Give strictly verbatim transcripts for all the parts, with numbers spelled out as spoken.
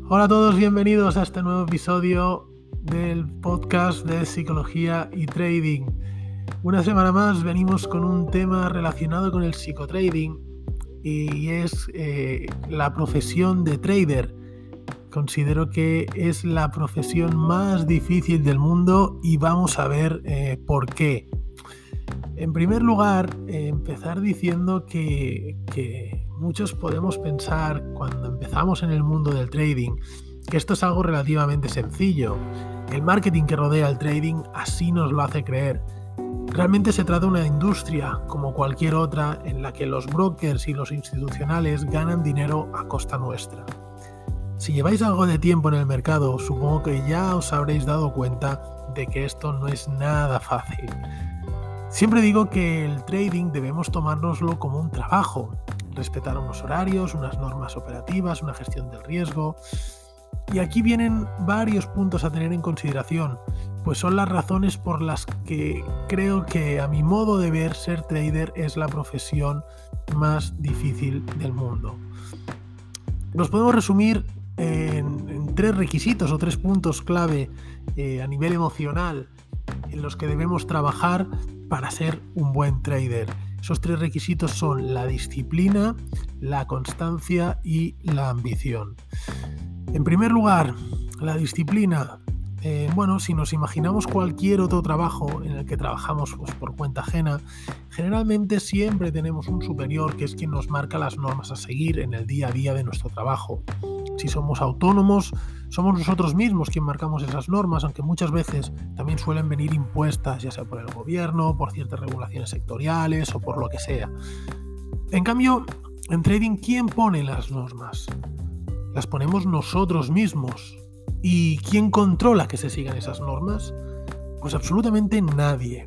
Hola a todos, bienvenidos a este nuevo episodio del podcast de Psicología y Trading. Una semana más venimos con un tema relacionado con el psicotrading y es eh, la profesión de trader. Considero que es la profesión más difícil del mundo y vamos a ver eh, por qué. En primer lugar, eh, empezar diciendo que, que muchos podemos pensar cuando empezamos en el mundo del trading que esto es algo relativamente sencillo. El marketing que rodea el trading así nos lo hace creer. Realmente se trata de una industria como cualquier otra en la que los brokers y los institucionales ganan dinero a costa nuestra. Si lleváis algo de tiempo en el mercado, supongo que ya os habréis dado cuenta de que esto no es nada fácil. Siempre digo que el trading debemos tomárnoslo como un trabajo, respetar unos horarios, unas normas operativas, una gestión del riesgo. Y aquí vienen varios puntos a tener en consideración, pues son las razones por las que creo que a mi modo de ver ser trader es la profesión más difícil del mundo. Nos podemos resumir en, en tres requisitos o tres puntos clave eh, a nivel emocional en los que debemos trabajar para ser un buen trader. Esos tres requisitos son la disciplina, la constancia y la ambición. En primer lugar, la disciplina. Eh, bueno, si nos imaginamos cualquier otro trabajo en el que trabajamos pues, por cuenta ajena, generalmente siempre tenemos un superior que es quien nos marca las normas a seguir en el día a día de nuestro trabajo. Si somos autónomos, somos nosotros mismos quien marcamos esas normas, aunque muchas veces también suelen venir impuestas, ya sea por el gobierno, por ciertas regulaciones sectoriales o por lo que sea. En cambio, en trading, ¿quién pone las normas? Las ponemos nosotros mismos. ¿Y quién controla que se sigan esas normas? Pues absolutamente nadie.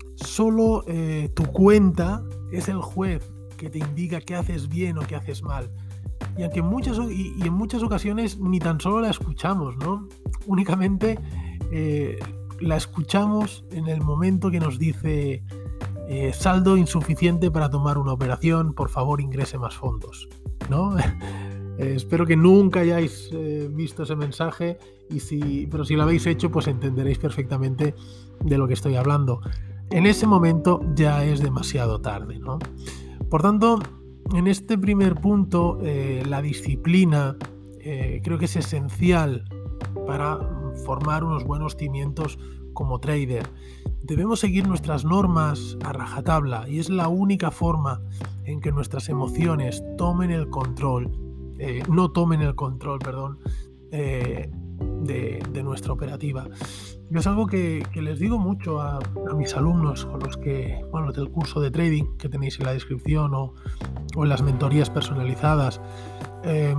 Solo eh, tu cuenta es el juez que te indica qué haces bien o qué haces mal. Y aunque en muchas, y, y en muchas ocasiones ni tan solo la escuchamos, ¿no? Únicamente eh, la escuchamos en el momento que nos dice eh, saldo insuficiente para tomar una operación, por favor ingrese más fondos, ¿no? Eh, espero que nunca hayáis eh, visto ese mensaje, y si, pero si lo habéis hecho, pues entenderéis perfectamente de lo que estoy hablando. En ese momento ya es demasiado tarde, ¿no? Por tanto, en este primer punto, eh, la disciplina eh, creo que es esencial para formar unos buenos cimientos como trader. Debemos seguir nuestras normas a rajatabla y es la única forma en que nuestras emociones tomen el control Eh, no tomen el control, perdón, eh, de, de nuestra operativa. Y es algo que, que les digo mucho a, a mis alumnos con los que, bueno, del curso de trading que tenéis en la descripción o, o en las mentorías personalizadas. Eh,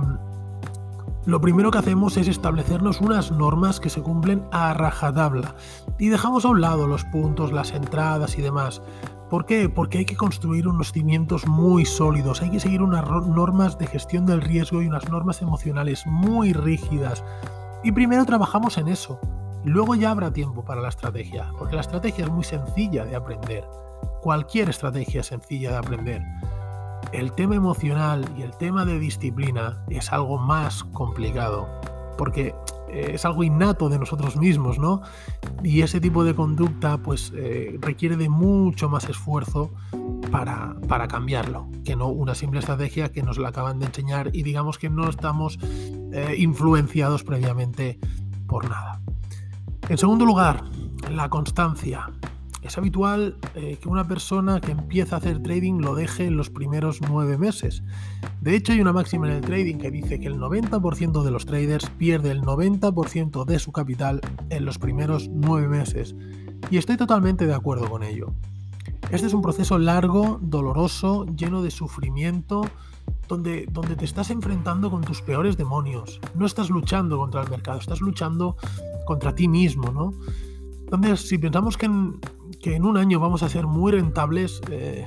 lo primero que hacemos es establecernos unas normas que se cumplen a rajatabla y dejamos a un lado los puntos, las entradas y demás. ¿Por qué? Porque hay que construir unos cimientos muy sólidos, hay que seguir unas normas de gestión del riesgo y unas normas emocionales muy rígidas. Y primero trabajamos en eso, y luego ya habrá tiempo para la estrategia, porque la estrategia es muy sencilla de aprender. Cualquier estrategia es sencilla de aprender. El tema emocional y el tema de disciplina es algo más complicado, porque es algo innato de nosotros mismos, ¿no? Y ese tipo de conducta pues eh, requiere de mucho más esfuerzo para, para cambiarlo, que no una simple estrategia que nos la acaban de enseñar y digamos que no estamos eh, influenciados previamente por nada. En segundo lugar, la constancia. Es habitual eh, que una persona que empieza a hacer trading lo deje en los primeros nueve meses. De hecho, hay una máxima en el trading que dice que el noventa por ciento de los traders pierde el noventa por ciento de su capital en los primeros nueve meses. Y estoy totalmente de acuerdo con ello. Este es un proceso largo, doloroso, lleno de sufrimiento, donde, donde te estás enfrentando con tus peores demonios. No estás luchando contra el mercado, estás luchando contra ti mismo, ¿no? Entonces, si pensamos que en, que en un año vamos a ser muy rentables, eh,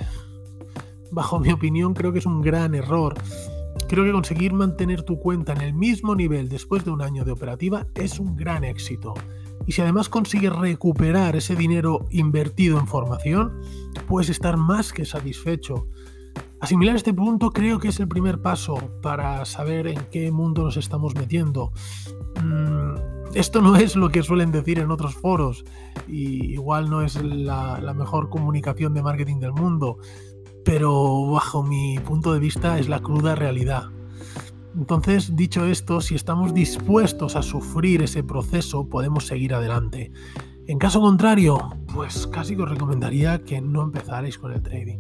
bajo mi opinión, creo que es un gran error. Creo que conseguir mantener tu cuenta en el mismo nivel después de un año de operativa es un gran éxito. Y si además consigues recuperar ese dinero invertido en formación, puedes estar más que satisfecho. Asimilar este punto creo que es el primer paso para saber en qué mundo nos estamos metiendo. Mm, esto no es lo que suelen decir en otros foros y igual no es la, la mejor comunicación de marketing del mundo, pero bajo mi punto de vista es la cruda realidad. Entonces, dicho esto, si estamos dispuestos a sufrir ese proceso, podemos seguir adelante. En caso contrario, pues casi que os recomendaría que no empezarais con el trading.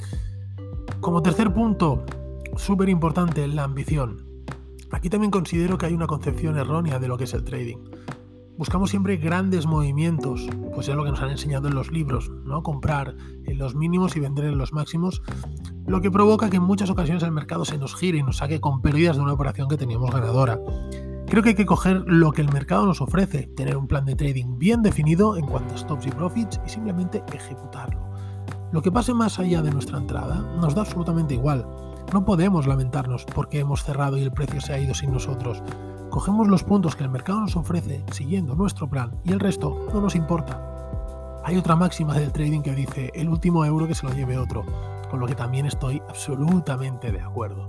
Como tercer punto, súper importante, la ambición. Aquí también considero que hay una concepción errónea de lo que es el trading. Buscamos siempre grandes movimientos, pues es lo que nos han enseñado en los libros, ¿no? Comprar en los mínimos y vender en los máximos, lo que provoca que en muchas ocasiones el mercado se nos gire y nos saque con pérdidas de una operación que teníamos ganadora. Creo que hay que coger lo que el mercado nos ofrece, tener un plan de trading bien definido en cuanto a stops y profits y simplemente ejecutarlo. Lo que pase más allá de nuestra entrada nos da absolutamente igual. No podemos lamentarnos porque hemos cerrado y el precio se ha ido sin nosotros. Cogemos los puntos que el mercado nos ofrece siguiendo nuestro plan y el resto no nos importa. Hay otra máxima del trading que dice el último euro que se lo lleve otro, con lo que también estoy absolutamente de acuerdo.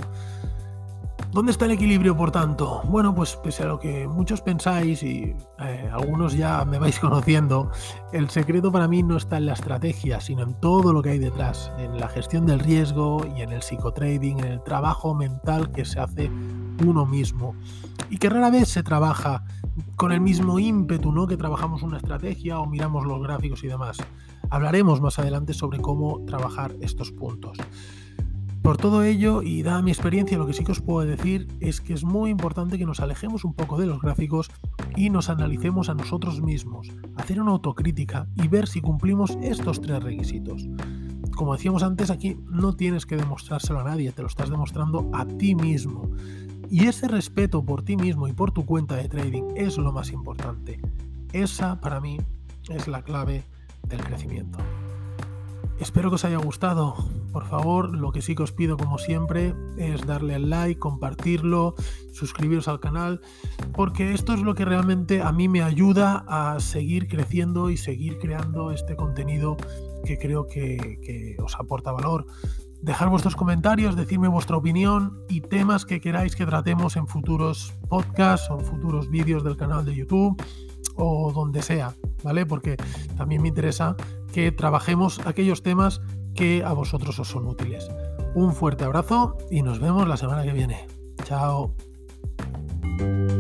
¿Dónde está el equilibrio, por tanto? Bueno, pues pese a lo que muchos pensáis y eh, algunos ya me vais conociendo, el secreto para mí no está en la estrategia, sino en todo lo que hay detrás, en la gestión del riesgo y en el psicotrading, en el trabajo mental que se hace uno mismo y que rara vez se trabaja con el mismo ímpetu, ¿no?, que trabajamos una estrategia o miramos los gráficos y demás. Hablaremos más adelante sobre cómo trabajar estos puntos. Por todo ello, y dada mi experiencia, lo que sí que os puedo decir es que es muy importante que nos alejemos un poco de los gráficos y nos analicemos a nosotros mismos, hacer una autocrítica y ver si cumplimos estos tres requisitos. Como decíamos antes, aquí no tienes que demostrárselo a nadie, te lo estás demostrando a ti mismo. Y ese respeto por ti mismo y por tu cuenta de trading es lo más importante. Esa, para mí, es la clave del crecimiento. Espero que os haya gustado. Por favor, lo que sí que os pido, como siempre, es darle al like, compartirlo, suscribiros al canal, porque esto es lo que realmente a mí me ayuda a seguir creciendo y seguir creando este contenido que creo que, que os aporta valor. Dejar vuestros comentarios, decirme vuestra opinión y temas que queráis que tratemos en futuros podcasts o en futuros vídeos del canal de YouTube o donde sea, ¿vale? Porque también me interesa que trabajemos aquellos temas que a vosotros os son útiles. Un fuerte abrazo y nos vemos la semana que viene. Chao.